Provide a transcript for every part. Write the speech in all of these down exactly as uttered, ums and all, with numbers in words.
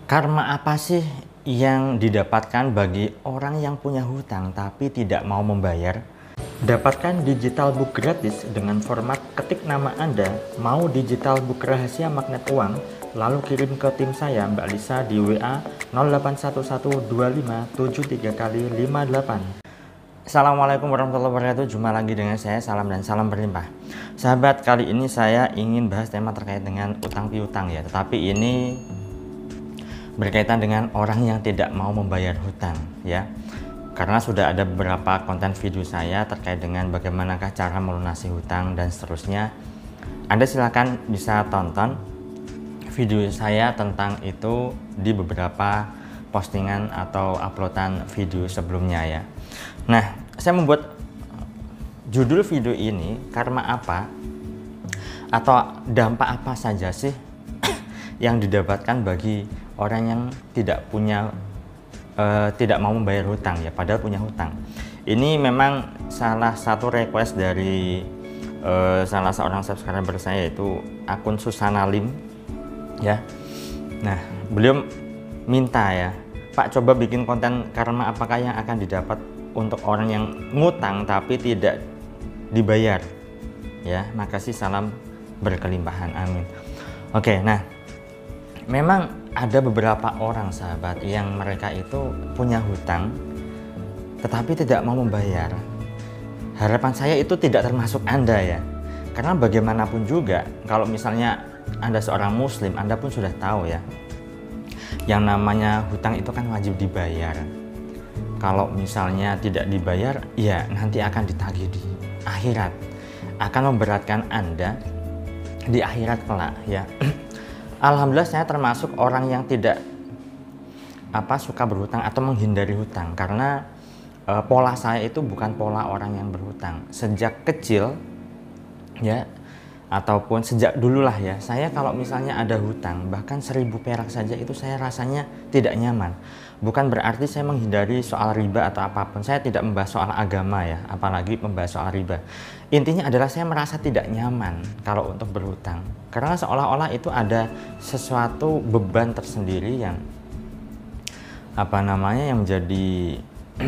Karma apa sih yang didapatkan bagi orang yang punya hutang tapi tidak mau membayar? Dapatkan digital book gratis dengan format ketik nama Anda, mau digital book rahasia magnet uang, lalu kirim ke tim saya Mbak Lisa di W A nol delapan satu satu dua lima tujuh tiga kali lima delapan. Assalamualaikum warahmatullahi wabarakatuh. Jumpa lagi dengan saya, salam dan salam berlimpah. Sahabat, kali ini saya ingin bahas tema terkait dengan utang piutang ya. Tetapi ini berkaitan dengan orang yang tidak mau membayar hutang ya. Karena sudah ada beberapa konten video saya terkait dengan bagaimanakah cara melunasi hutang dan seterusnya. Anda silakan bisa tonton video saya tentang itu di beberapa postingan atau uploadan video sebelumnya ya. Nah, saya membuat judul video ini karena apa atau dampak apa saja sih yang didapatkan bagi orang yang tidak punya uh, tidak mau membayar hutang ya, padahal punya hutang. Ini memang salah satu request dari uh, salah seorang subscriber saya, yaitu akun Susana Lim ya. Nah, beliau minta ya, Pak, coba bikin konten karma apakah yang akan didapat untuk orang yang ngutang tapi tidak dibayar ya. Makasih, salam berkelimpahan, amin. Oke, nah memang ada beberapa orang sahabat yang mereka itu punya hutang tetapi tidak mau membayar. Harapan saya itu tidak termasuk Anda ya, karena bagaimanapun juga kalau misalnya Anda seorang muslim, Anda pun sudah tahu ya, yang namanya hutang itu kan wajib dibayar. Kalau misalnya tidak dibayar, ya nanti akan ditagih di akhirat, akan memberatkan Anda di akhirat kelak ya. Alhamdulillah saya termasuk orang yang tidak apa suka berhutang atau menghindari hutang, karena e, pola saya itu bukan pola orang yang berhutang. Sejak kecil ya, ataupun sejak dululah ya, saya kalau misalnya ada hutang bahkan seribu perak saja itu saya rasanya tidak nyaman. Bukan berarti saya menghindari soal riba atau apapun, saya tidak membahas soal agama ya, apalagi membahas soal riba. Intinya adalah saya merasa tidak nyaman kalau untuk berhutang, karena seolah-olah itu ada sesuatu beban tersendiri yang apa namanya yang menjadi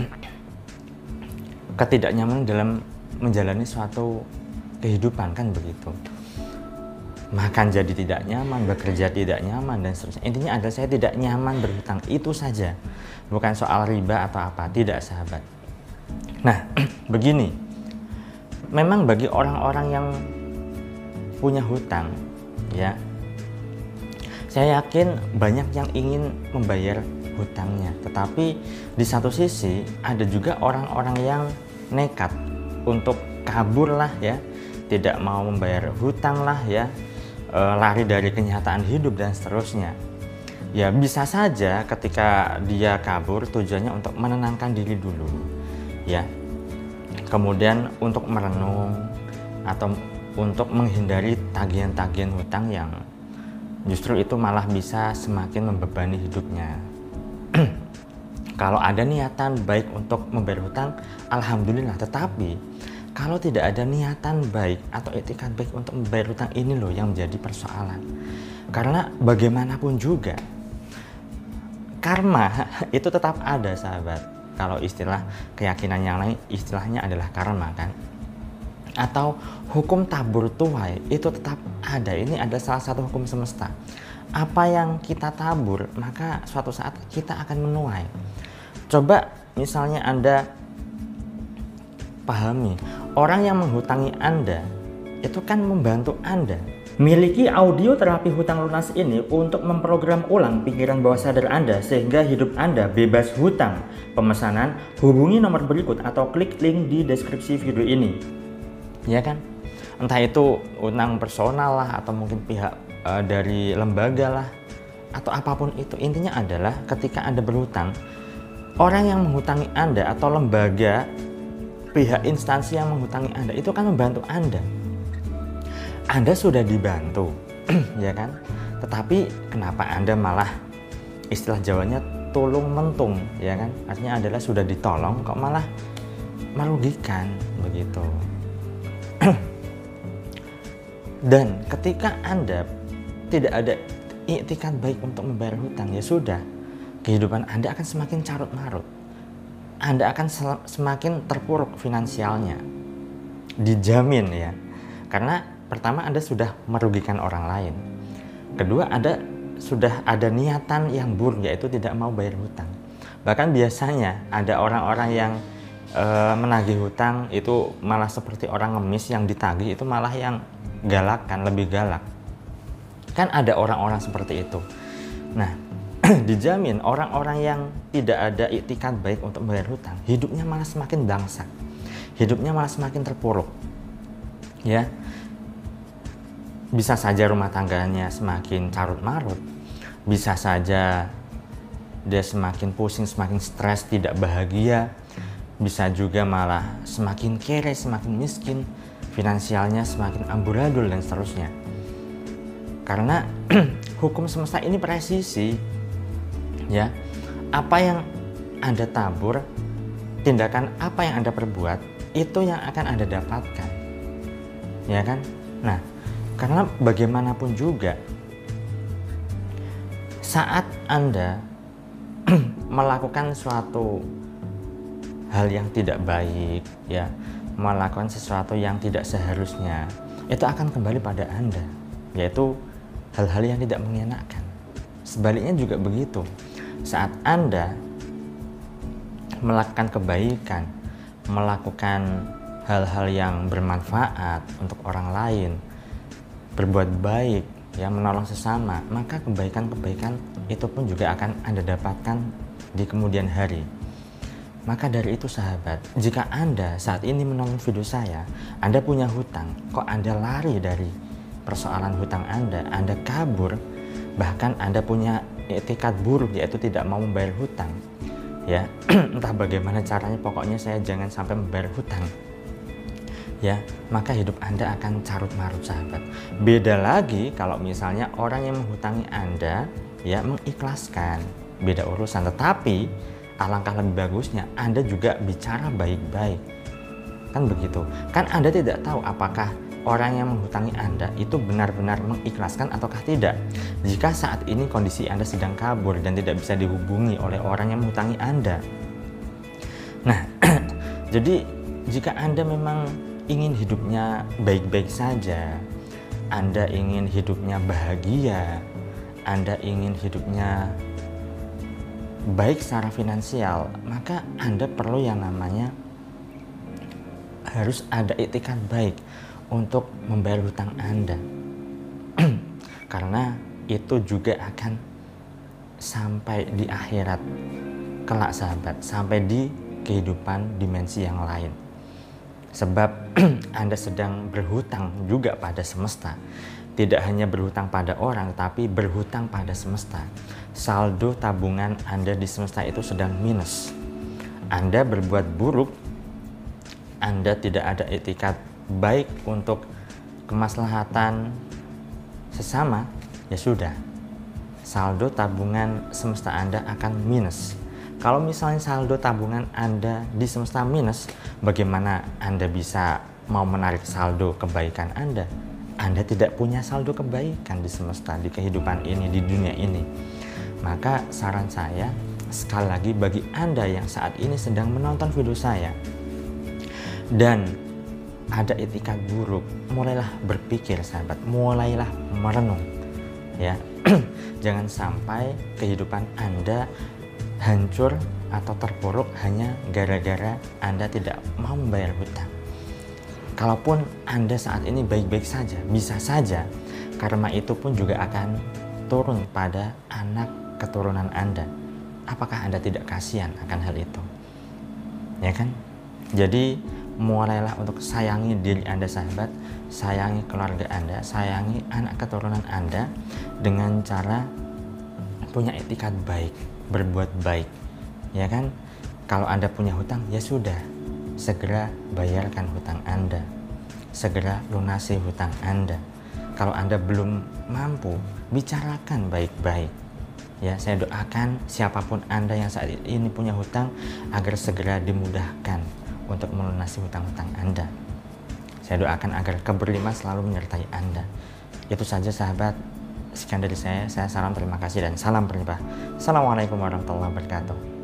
ketidaknyamanan dalam menjalani suatu kehidupan, kan begitu. Makan jadi tidak nyaman, bekerja tidak nyaman dan seterusnya. Intinya adalah saya tidak nyaman berhutang, itu saja. Bukan soal riba atau apa, tidak sahabat. Nah, begini. Memang bagi orang-orang yang punya hutang ya, saya yakin banyak yang ingin membayar hutangnya. Tetapi di satu sisi ada juga orang-orang yang nekat untuk kabur lah ya, tidak mau membayar hutang lah ya, e, lari dari kenyataan hidup dan seterusnya. Ya bisa saja ketika dia kabur tujuannya untuk menenangkan diri dulu ya, kemudian untuk merenung atau untuk menghindari tagihan-tagihan hutang yang justru itu malah bisa semakin membebani hidupnya. Kalau ada niatan baik untuk membayar hutang, alhamdulillah. Tetapi kalau tidak ada niatan baik atau etikat baik untuk membayar hutang, ini loh yang menjadi persoalan. Karena bagaimanapun juga karma itu tetap ada sahabat. Kalau istilah keyakinan yang lain, istilahnya adalah karma kan, atau hukum tabur tuai itu tetap ada. Ini ada salah satu hukum semesta. Apa yang kita tabur maka suatu saat kita akan menuai. Coba misalnya Anda pahami, orang yang menghutangi Anda itu kan membantu Anda. Miliki audio terapi hutang lunas ini untuk memprogram ulang pikiran bawah sadar Anda sehingga hidup Anda bebas hutang. Pemesanan hubungi nomor berikut atau klik link di deskripsi video ini. Ya kan? Entah itu utang personal lah, atau mungkin pihak e, dari lembaga lah, atau apapun itu. Intinya adalah ketika Anda berhutang, orang yang menghutangi Anda atau lembaga, pihak instansi yang menghutangi Anda itu kan membantu Anda. Anda sudah dibantu ya kan, tetapi kenapa Anda malah istilah Jawanya tulung mentung ya kan, artinya adalah sudah ditolong kok malah merugikan begitu. Dan ketika Anda tidak ada i'tikad baik untuk membayar hutang, ya sudah, kehidupan Anda akan semakin carut marut. Anda akan semakin terpuruk finansialnya. Dijamin ya. Karena pertama Anda sudah merugikan orang lain. Kedua, Anda sudah ada niatan yang buruk, yaitu tidak mau bayar hutang. Bahkan biasanya ada orang-orang yang e, menagih hutang itu malah seperti orang ngemis, yang ditagih itu malah yang galak kan, lebih galak. Kan ada orang-orang seperti itu. Nah, dijamin orang-orang yang tidak ada i'tikad baik untuk membayar hutang, hidupnya malah semakin dangsak. Hidupnya malah semakin terpuruk. Ya. Bisa saja rumah tangganya semakin carut marut. Bisa saja dia semakin pusing, semakin stres, tidak bahagia. Bisa juga malah semakin kere, semakin miskin, finansialnya semakin amburadul dan seterusnya. Karena hukum semesta ini presisi, ya. Apa yang Anda tabur, tindakan apa yang Anda perbuat, itu yang akan Anda dapatkan, ya kan? Nah, karena bagaimanapun juga, saat Anda melakukan suatu hal yang tidak baik, ya, melakukan sesuatu yang tidak seharusnya, itu akan kembali pada Anda, yaitu hal-hal yang tidak mengenakan. Sebaliknya juga begitu. Saat Anda melakukan kebaikan, melakukan hal-hal yang bermanfaat untuk orang lain, berbuat baik, ya, menolong sesama, maka kebaikan-kebaikan itu pun juga akan Anda dapatkan di kemudian hari. Maka dari itu sahabat, jika Anda saat ini menonton video saya, Anda punya hutang, kok Anda lari dari persoalan hutang Anda, Anda kabur, bahkan Anda punya i'tikad buruk, yaitu tidak mau membayar hutang, ya, entah bagaimana caranya, pokoknya saya jangan sampai membayar hutang, ya, maka hidup Anda akan carut marut sahabat. Beda lagi kalau misalnya orang yang menghutangi Anda, ya, mengikhlaskan, beda urusan. Tetapi alangkah lebih bagusnya Anda juga bicara baik-baik, kan begitu. Kan Anda tidak tahu apakah orang yang menghutangi Anda itu benar-benar mengikhlaskan ataukah tidak. Jika saat ini kondisi Anda sedang kabur dan tidak bisa dihubungi oleh orang yang menghutangi Anda. Nah, jadi jika Anda memang ingin hidupnya baik-baik saja, Anda ingin hidupnya bahagia, Anda ingin hidupnya baik secara finansial, maka Anda perlu yang namanya harus ada i'tikad baik untuk membayar hutang Anda. Karena itu juga akan sampai di akhirat kelak sahabat, sampai di kehidupan dimensi yang lain. Sebab Anda sedang berhutang juga pada semesta. Tidak hanya berhutang pada orang, tapi berhutang pada semesta. Saldo tabungan Anda di semesta itu sedang minus. Anda berbuat buruk, Anda tidak ada i'tikad baik untuk kemaslahatan sesama, ya sudah, saldo tabungan semesta Anda akan minus. Kalau misalnya saldo tabungan Anda di semesta minus, bagaimana Anda bisa mau menarik saldo kebaikan Anda? Anda tidak punya saldo kebaikan di semesta, di kehidupan ini, di dunia ini. Maka saran saya, sekali lagi bagi Anda yang saat ini sedang menonton video saya dan ada i'tikad buruk, mulailah berpikir sahabat, mulailah merenung, ya. Jangan sampai kehidupan Anda hancur atau terpuruk hanya gara-gara Anda tidak mau membayar hutang. Kalaupun Anda saat ini baik-baik saja, bisa saja karma itu pun juga akan turun pada anak keturunan Anda. Apakah Anda tidak kasihan akan hal itu? Ya kan? Jadi mulailah untuk sayangi diri Anda sahabat, sayangi keluarga Anda, sayangi anak keturunan Anda dengan cara punya i'tikad baik, berbuat baik, ya kan? Kalau Anda punya hutang, ya sudah, segera bayarkan hutang Anda, segera lunasi hutang Anda. Kalau Anda belum mampu, bicarakan baik-baik. Ya, saya doakan siapapun Anda yang saat ini punya hutang agar segera dimudahkan untuk melunasi hutang-hutang Anda. Saya doakan agar keberlimpahan selalu menyertai Anda. Itu saja sahabat. Sekian dari saya, saya salam terima kasih dan salam berlimpah. Assalamualaikum warahmatullahi wabarakatuh.